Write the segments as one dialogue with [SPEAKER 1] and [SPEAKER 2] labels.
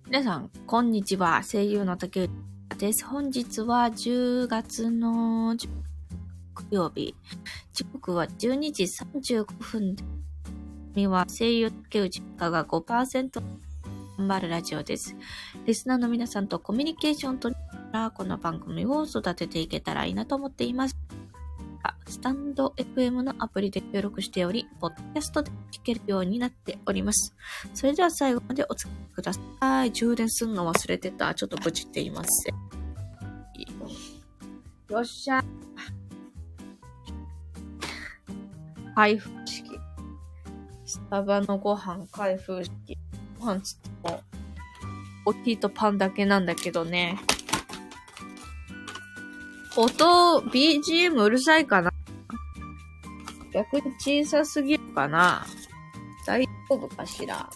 [SPEAKER 1] 皆さん、こんにちは。声優の竹内です。本日は10月の9曜日。時刻は12時35分で。は声優竹内が 5% 頑張るラジオです。リスナーの皆さんとコミュニケーションを取りながら、この番組を育てていけたらいいなと思っています。スタンド FM のアプリで登録しており、ポッドキャストで聞けるようになっております。それでは最後までお付き合いください。充電するの忘れてた。ちょっとブチっています。よっしゃ。開封式。スタバのご飯開封式。ご飯つっても、コーヒーとパンだけなんだけどね。音、BGM うるさいかな？逆に小さすぎるかな？大丈夫かしら？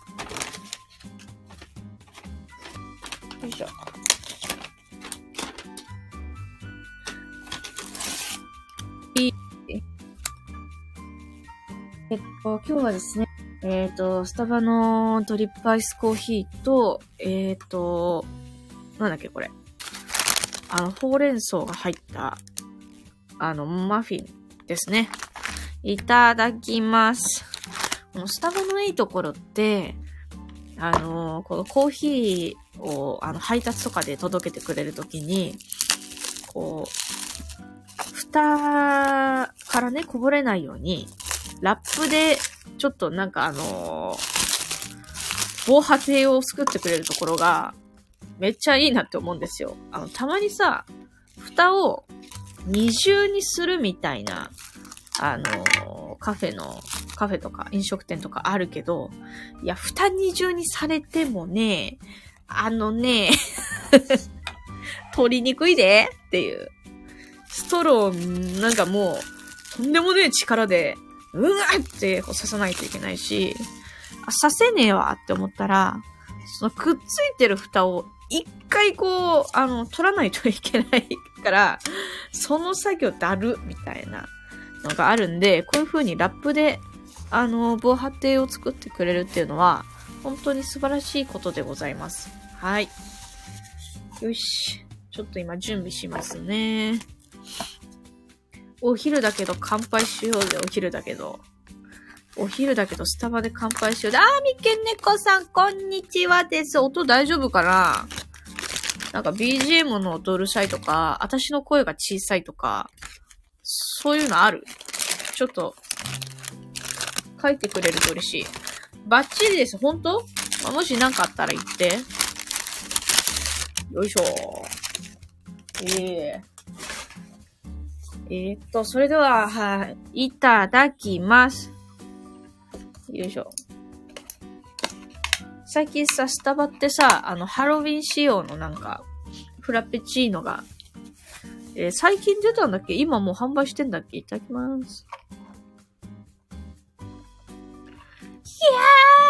[SPEAKER 1] よいしょ。今日はですね、スタバのドリップアイスコーヒーと、なんだっけこれ。ほうれん草が入った、マフィンですね。いただきます。スタバのいいところって、このコーヒーを、配達とかで届けてくれるときに、こう、蓋からね、こぼれないように、ラップで、ちょっとなんか防波堤を作ってくれるところが、めっちゃいいなって思うんですよ。たまにさ、蓋を二重にするみたいな、カフェとか飲食店とかあるけど、いや、蓋二重にされてもね、取りにくいでっていう。ストロー、なんかもう、とんでもねえ力で、うわってこう刺さないといけないし、刺せねえわって思ったら、そのくっついてる蓋を一回こう、取らないといけないから、その作業だるみたいなのがあるんで、こういう風にラップで、防波堤を作ってくれるっていうのは、本当に素晴らしいことでございます。はい。よし。ちょっと今準備しますね。お昼だけど乾杯しようぜ、お昼だけどスタバで乾杯しようぜ。みけねこさん、こんにちはです。音大丈夫かな？なんか BGM の音うるさいとか、私の声が小さいとか、そういうのある？ちょっと、書いてくれると嬉しい。バッチリです。本当？もしなんかあったら言って。よいしょ。それでは、はい、いただきます。よいしょ。最近さ、スタバってさ、ハロウィン仕様のなんか、フラペチーノが、最近出たんだっけ？今もう販売してんだっけ？いただきます。いや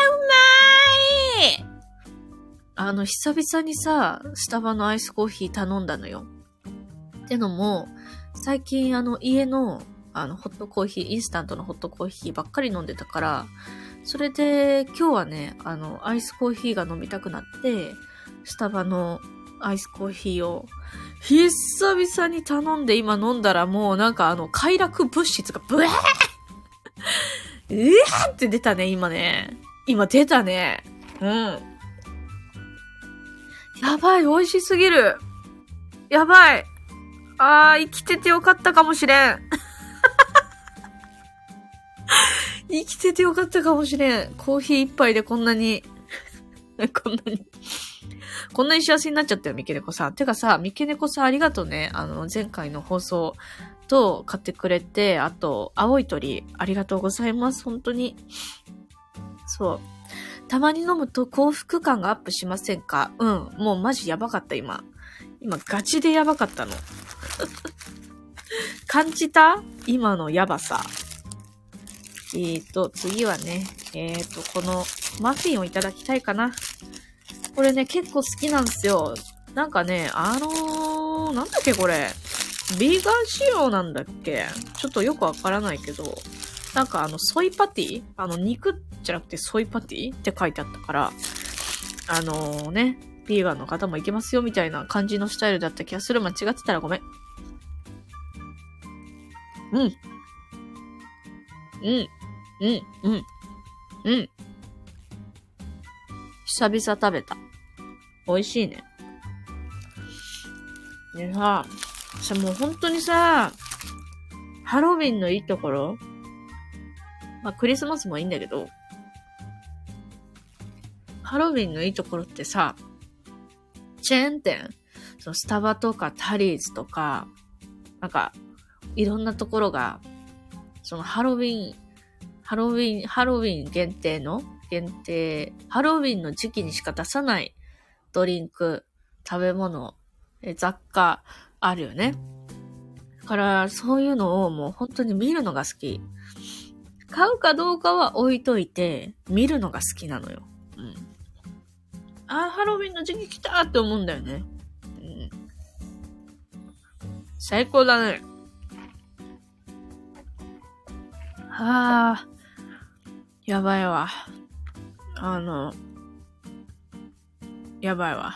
[SPEAKER 1] ー、うまーい！久々にさ、スタバのアイスコーヒー頼んだのよ。ってのも、最近家のホットコーヒー、インスタントのホットコーヒーばっかり飲んでたから、それで今日はね、アイスコーヒーが飲みたくなって、スタバのアイスコーヒーを久々に頼んで今飲んだらもうなんか快楽物質がブワーって出たね、今ね。今出たね。うん。やばい、美味しすぎる。やばい。生きててよかったかもしれん。生きててよかったかもしれん。コーヒー一杯でこんなに幸せになっちゃったよ、三毛猫さん。てかさ、三毛猫さんありがとうね。前回の放送と買ってくれて、あと、青い鳥、ありがとうございます。本当に。そう。たまに飲むと幸福感がアップしませんか？うん。もうマジやばかった、今ガチでやばかったの。感じた？今のやばさ。次はね、このマフィンをいただきたいかな。これね、結構好きなんですよ。なんかね、なんだっけこれ。ビーガン仕様なんだっけ？ちょっとよくわからないけど、なんかソイパティ？肉じゃなくてソイパティって書いてあったから、ね、 ビーガンの方もいけますよみたいな感じのスタイルだった気がする。間違ってたらごめん。うん。うん。うん。うん。うん。久々食べた。美味しいね。でさ、もう本当にさ、ハロウィンのいいところ、まあクリスマスもいいんだけど、ハロウィンのいいところってさ、チェーン店、そのスタバとかタリーズとか、なんか、いろんなところが、そのハロウィン限定、ハロウィンの時期にしか出さないドリンク、食べ物、雑貨あるよね。だから、そういうのをもう本当に見るのが好き。買うかどうかは置いといて、見るのが好きなのよ。うん。ハロウィンの時期来たって思うんだよね。うん。最高だね。やばいわ。やばいわ。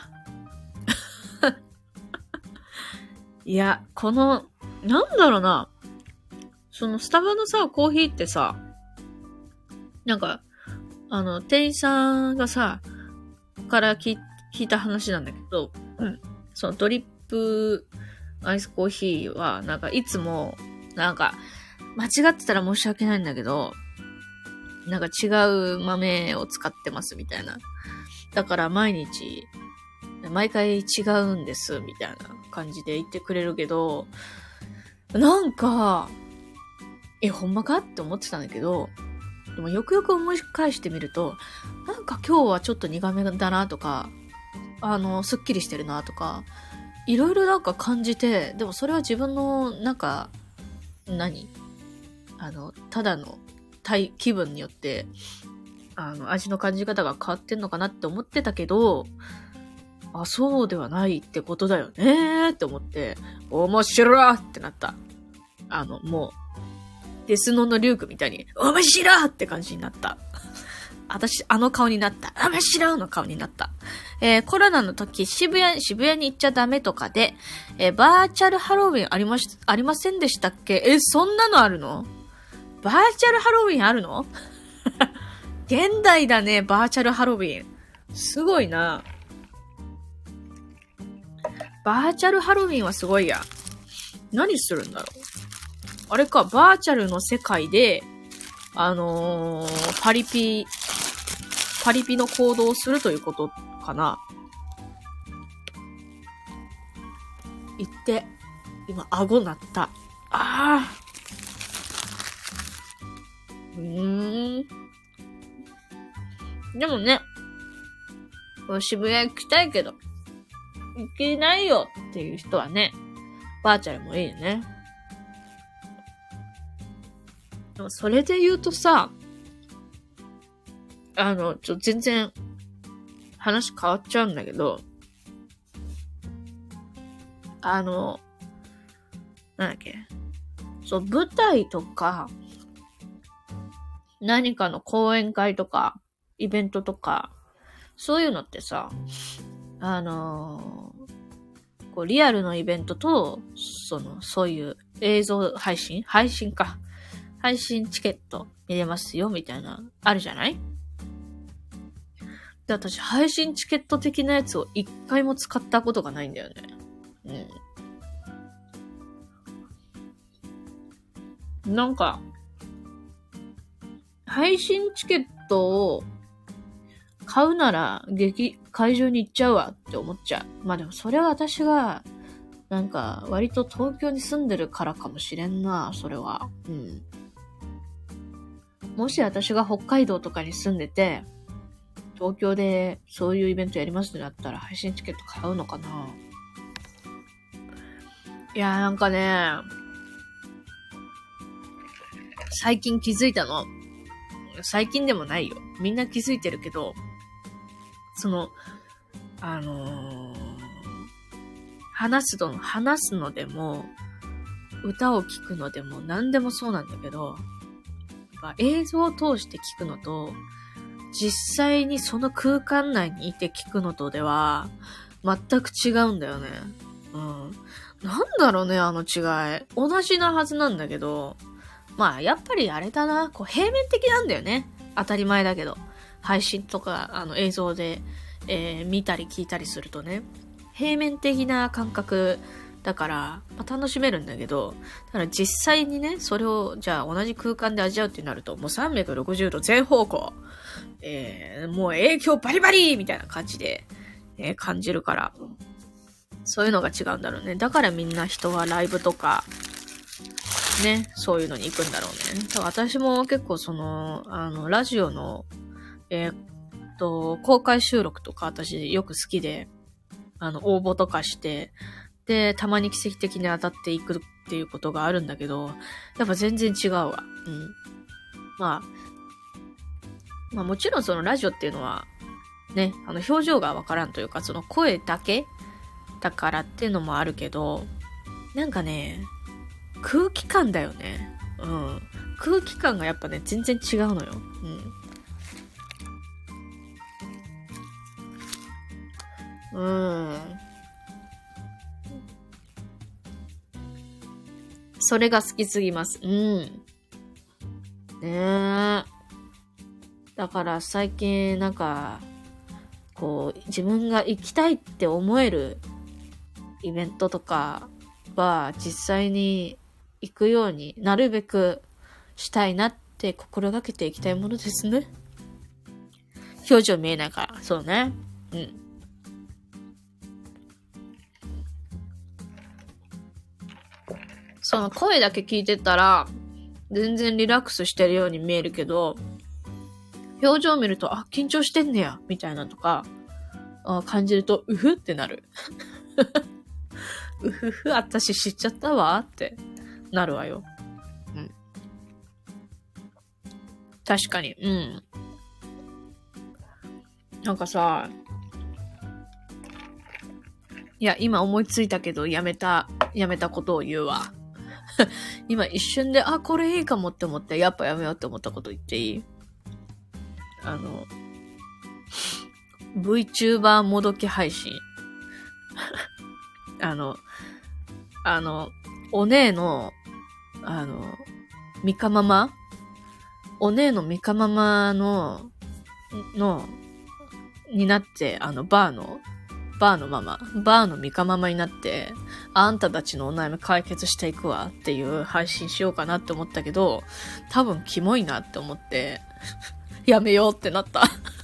[SPEAKER 1] いや、なんだろうな。そのスタバのさ、コーヒーってさ、なんか、店員さんがさ、から聞いた話なんだけど、うん。そのドリップアイスコーヒーは、なんかいつも、なんか、間違ってたら申し訳ないんだけど、なんか違う豆を使ってますみたいな。だから毎回違うんです、みたいな感じで言ってくれるけど、なんか、ほんまかって思ってたんだけど、でもよくよく思い返してみると、なんか今日はちょっと苦めだなとか、すっきりしてるなとか、いろいろなんか感じて、でもそれは自分の、なんか、ただの気分によって、味の感じ方が変わってんのかなって思ってたけど、そうではないってことだよねーって思って、面白いってなった。もう、デスノのリュウクみたいに、面白いって感じになった。私、顔になった。面白いの顔になった。コロナの時、渋谷に行っちゃダメとかで、バーチャルハロウィンありませんでしたっけ？そんなのあるの？バーチャルハロウィンあるの？現代だね、バーチャルハロウィン。すごいな。バーチャルハロウィンはすごいや。何するんだろう。あれか、バーチャルの世界で、パリピの行動をするということかな。言って、今、顎鳴った。でもね、渋谷行きたいけど、行けないよっていう人はね、バーチャルもいいよね。でもそれで言うとさ、全然話変わっちゃうんだけど、なんだっけ、そう、舞台とか、何かの講演会とか、イベントとか、そういうのってさ、リアルのイベントと、そういう映像配信チケット見れますよ、みたいな、あるじゃない？で、私、配信チケット的なやつを一回も使ったことがないんだよね。なんか、配信チケットを買うなら会場に行っちゃうわって思っちゃう。まあでもそれは私が、なんか割と東京に住んでるからかもしれんな、それは。もし私が北海道とかに住んでて、東京でそういうイベントやりますってなったら配信チケット買うのかな。いやーなんかね、最近気づいたの。最近でもないよ。みんな気づいてるけど、話すのでも、歌を聴くのでも何でもそうなんだけど、映像を通して聞くのと、 実際にその空間内にいて聞くのとでは、全く違うんだよね。なんだろうね、あの違い。同じなはずなんだけど、まあ、やっぱりあれだな、こう、平面的なんだよね。当たり前だけど。配信とか、映像で、見たり聞いたりするとね、平面的な感覚だから、まあ、楽しめるんだけど、だから実際にね、それを、じゃあ同じ空間で味わうってなると、もう360度全方向、もう影響バリバリみたいな感じで、感じるから、そういうのが違うんだろうね。だからみんな人はライブとか、ね、そういうのに行くんだろうね。だから私も結構ラジオの、公開収録とか私よく好きで、応募とかして、で、たまに奇跡的に当たっていくっていうことがあるんだけど、やっぱ全然違うわ。まあもちろんそのラジオっていうのは、ね、表情がわからんというか、その声だけだからっていうのもあるけど、なんかね、空気感だよね。空気感がやっぱね、全然違うのよ。それが好きすぎます。ねえ。だから最近なんか、こう、自分が行きたいって思えるイベントとかは実際に行くようになるべくしたいなって心がけていきたいものですね。表情見えないから、そうね。その声だけ聞いてたら、全然リラックスしてるように見えるけど、表情を見ると、緊張してんねや、みたいなとか、感じると、うふってなる。うふふ、私知っちゃったわ、ってなるわよ。確かに、なんかさ、いや、今思いついたけど、やめたことを言うわ。今一瞬で、これいいかもって思って、やっぱやめようって思ったこと言っていい?VTuber もどき配信。お姉の、ミカママお姉のミカママになって、バーのママ、バーのミカママになって、あんたたちのお悩み解決していくわっていう配信しようかなって思ったけど、多分キモいなって思って、やめようってなった。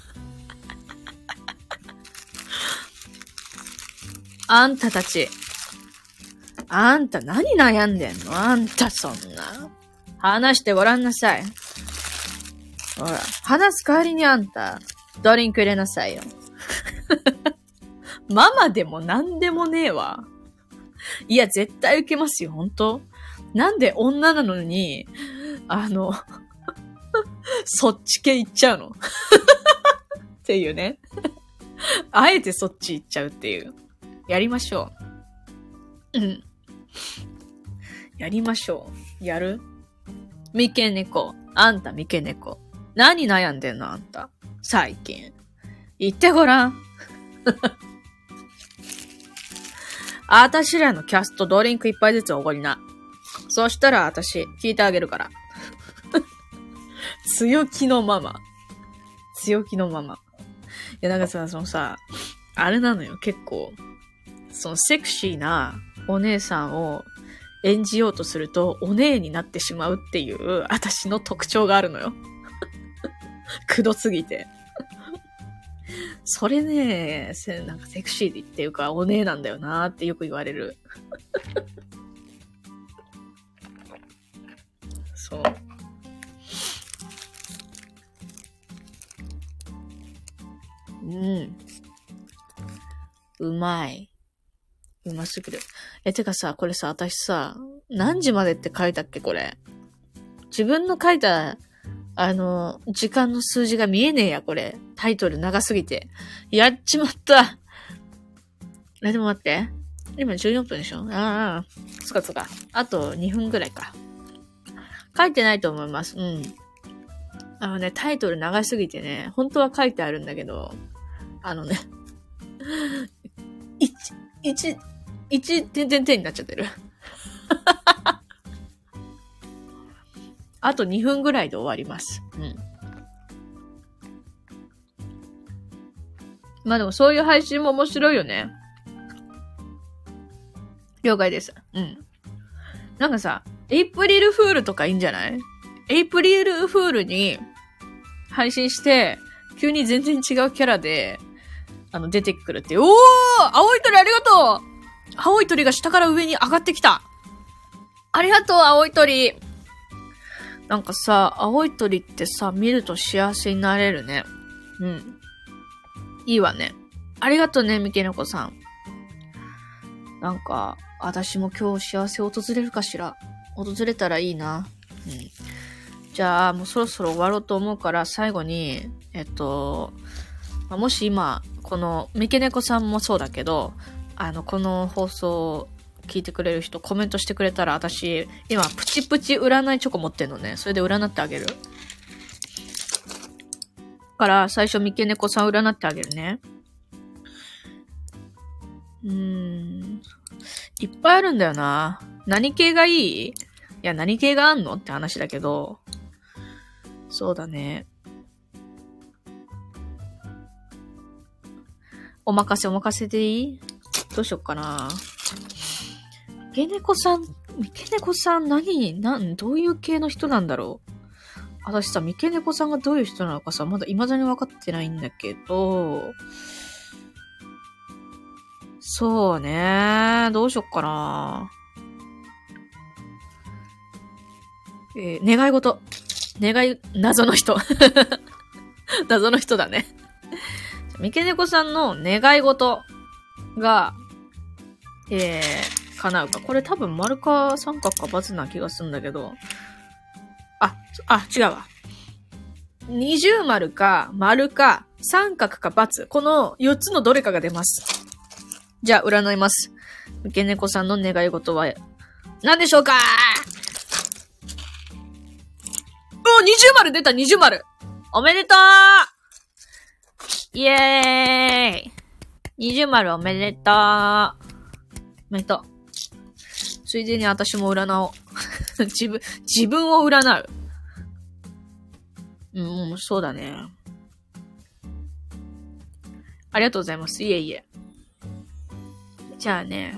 [SPEAKER 1] あんたたち、あんた何悩んでんの？あんたそんな。話してごらんなさい。ほら、話す代わりにあんた、ドリンク入れなさいよ。ママでもなんでもねえわ。いや、絶対受けますよ、ほんと。なんで女なのに、そっち系行っちゃうのっていうね。あえてそっち行っちゃうっていう。やりましょう。やりましょう。やる？三毛猫。あんた三毛猫。何悩んでんのあんた。最近。言ってごらん。あたしらのキャストドリンク一杯ずつおごりな。そしたら私、聞いてあげるから。強気のママ。強気のママ。いや、なんかさ、あれなのよ、結構。セクシーなお姉さんを演じようとすると、お姉になってしまうっていう、私の特徴があるのよ。くどすぎて。それね、なんかセクシーっていうか、お姉なんだよなーってよく言われる。そう。うまい。うますぎる。てかさ、これさ、私さ、何時までって書いたっけこれ。自分の書いた、時間の数字が見えねえや、これ。タイトル長すぎて。やっちまった。でも待って。今14分でしょ？そっか。あと2分ぐらいか。書いてないと思います。 タイトル長すぎてね、本当は書いてあるんだけど、点になっちゃってる。あと2分ぐらいで終わります。うん。まあでもそういう配信も面白いよね。了解です。うん。なんかさ、エイプリルフールとかいいんじゃない？エイプリルフールに配信して、急に全然違うキャラで、出てくるっていう。おー！青い鳥ありがとう！青い鳥が下から上に上がってきた。ありがとう、青い鳥。なんかさ、青い鳥ってさ、見ると幸せになれるね。うん。いいわね。ありがとうね、みけねこさん。なんか、私も今日幸せ訪れるかしら。訪れたらいいな。うん。じゃあ、もうそろそろ終わろうと思うから、最後に、もし今、この、みけねこさんもそうだけど、この放送を聞いてくれる人、コメントしてくれたら、私、今、プチプチ占いチョコ持ってんのね。それで占ってあげる。から、最初、みけねこさん占ってあげるね。いっぱいあるんだよな。何系がいい？いや、何系があんのって話だけど。そうだね。お任せでいい？どうしよっかな。みけねこさんどういう系の人なんだろう。私さ、みけねこさんがどういう人なのかさ、まだ未だに分かってないんだけど、そうね。どうしよっかな。願い事。謎の人。謎の人だね。みけねこさんの願い事が、叶うか。これ多分丸か三角か×な気がするんだけど。違うわ。二重丸か丸か三角か×。この4つのどれかが出ます。じゃあ、占います。みけねこさんの願い事は、何でしょうか？二重丸出た、二重丸。おめでとう！イエーイ！二重丸おめでとう。おめでとう。ついでに私も占おう。自分を占う。そうだね。ありがとうございます。いえいえ。じゃあね。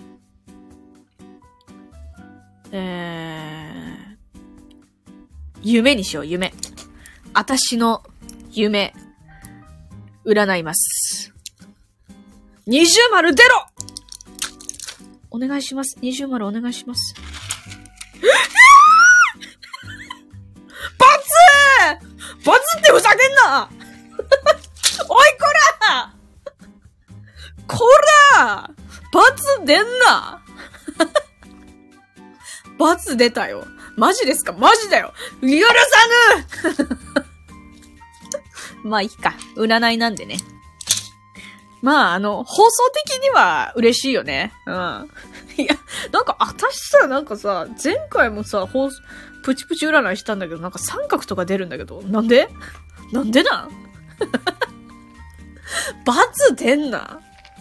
[SPEAKER 1] 夢にしよう、夢。私の夢、占います。二重丸出ろ！お願いします。二重丸お願いします。バツってふざけんなおいこらバツ出んなバツ出たよ。マジですか？マジだよ。許さぬまあいいか。占いなんでね。まあ放送的には嬉しいよね。うん。いや、なんか私さ、前回もさ、プチプチ占いしたんだけど、なんか三角とか出るんだけど、なんでなん罰出んな。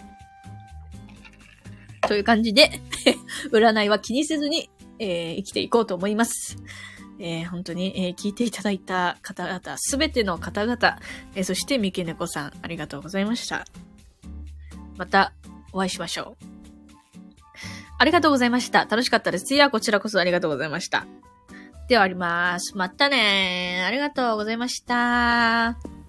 [SPEAKER 1] という感じで、占いは気にせずに、生きていこうと思います。本当に、聞いていただいた方々、すべての方々、そしてみけねこさん、ありがとうございました。またお会いしましょう。ありがとうございました。楽しかったです。いや、こちらこそありがとうございました。ではあります。またねー。ありがとうございました。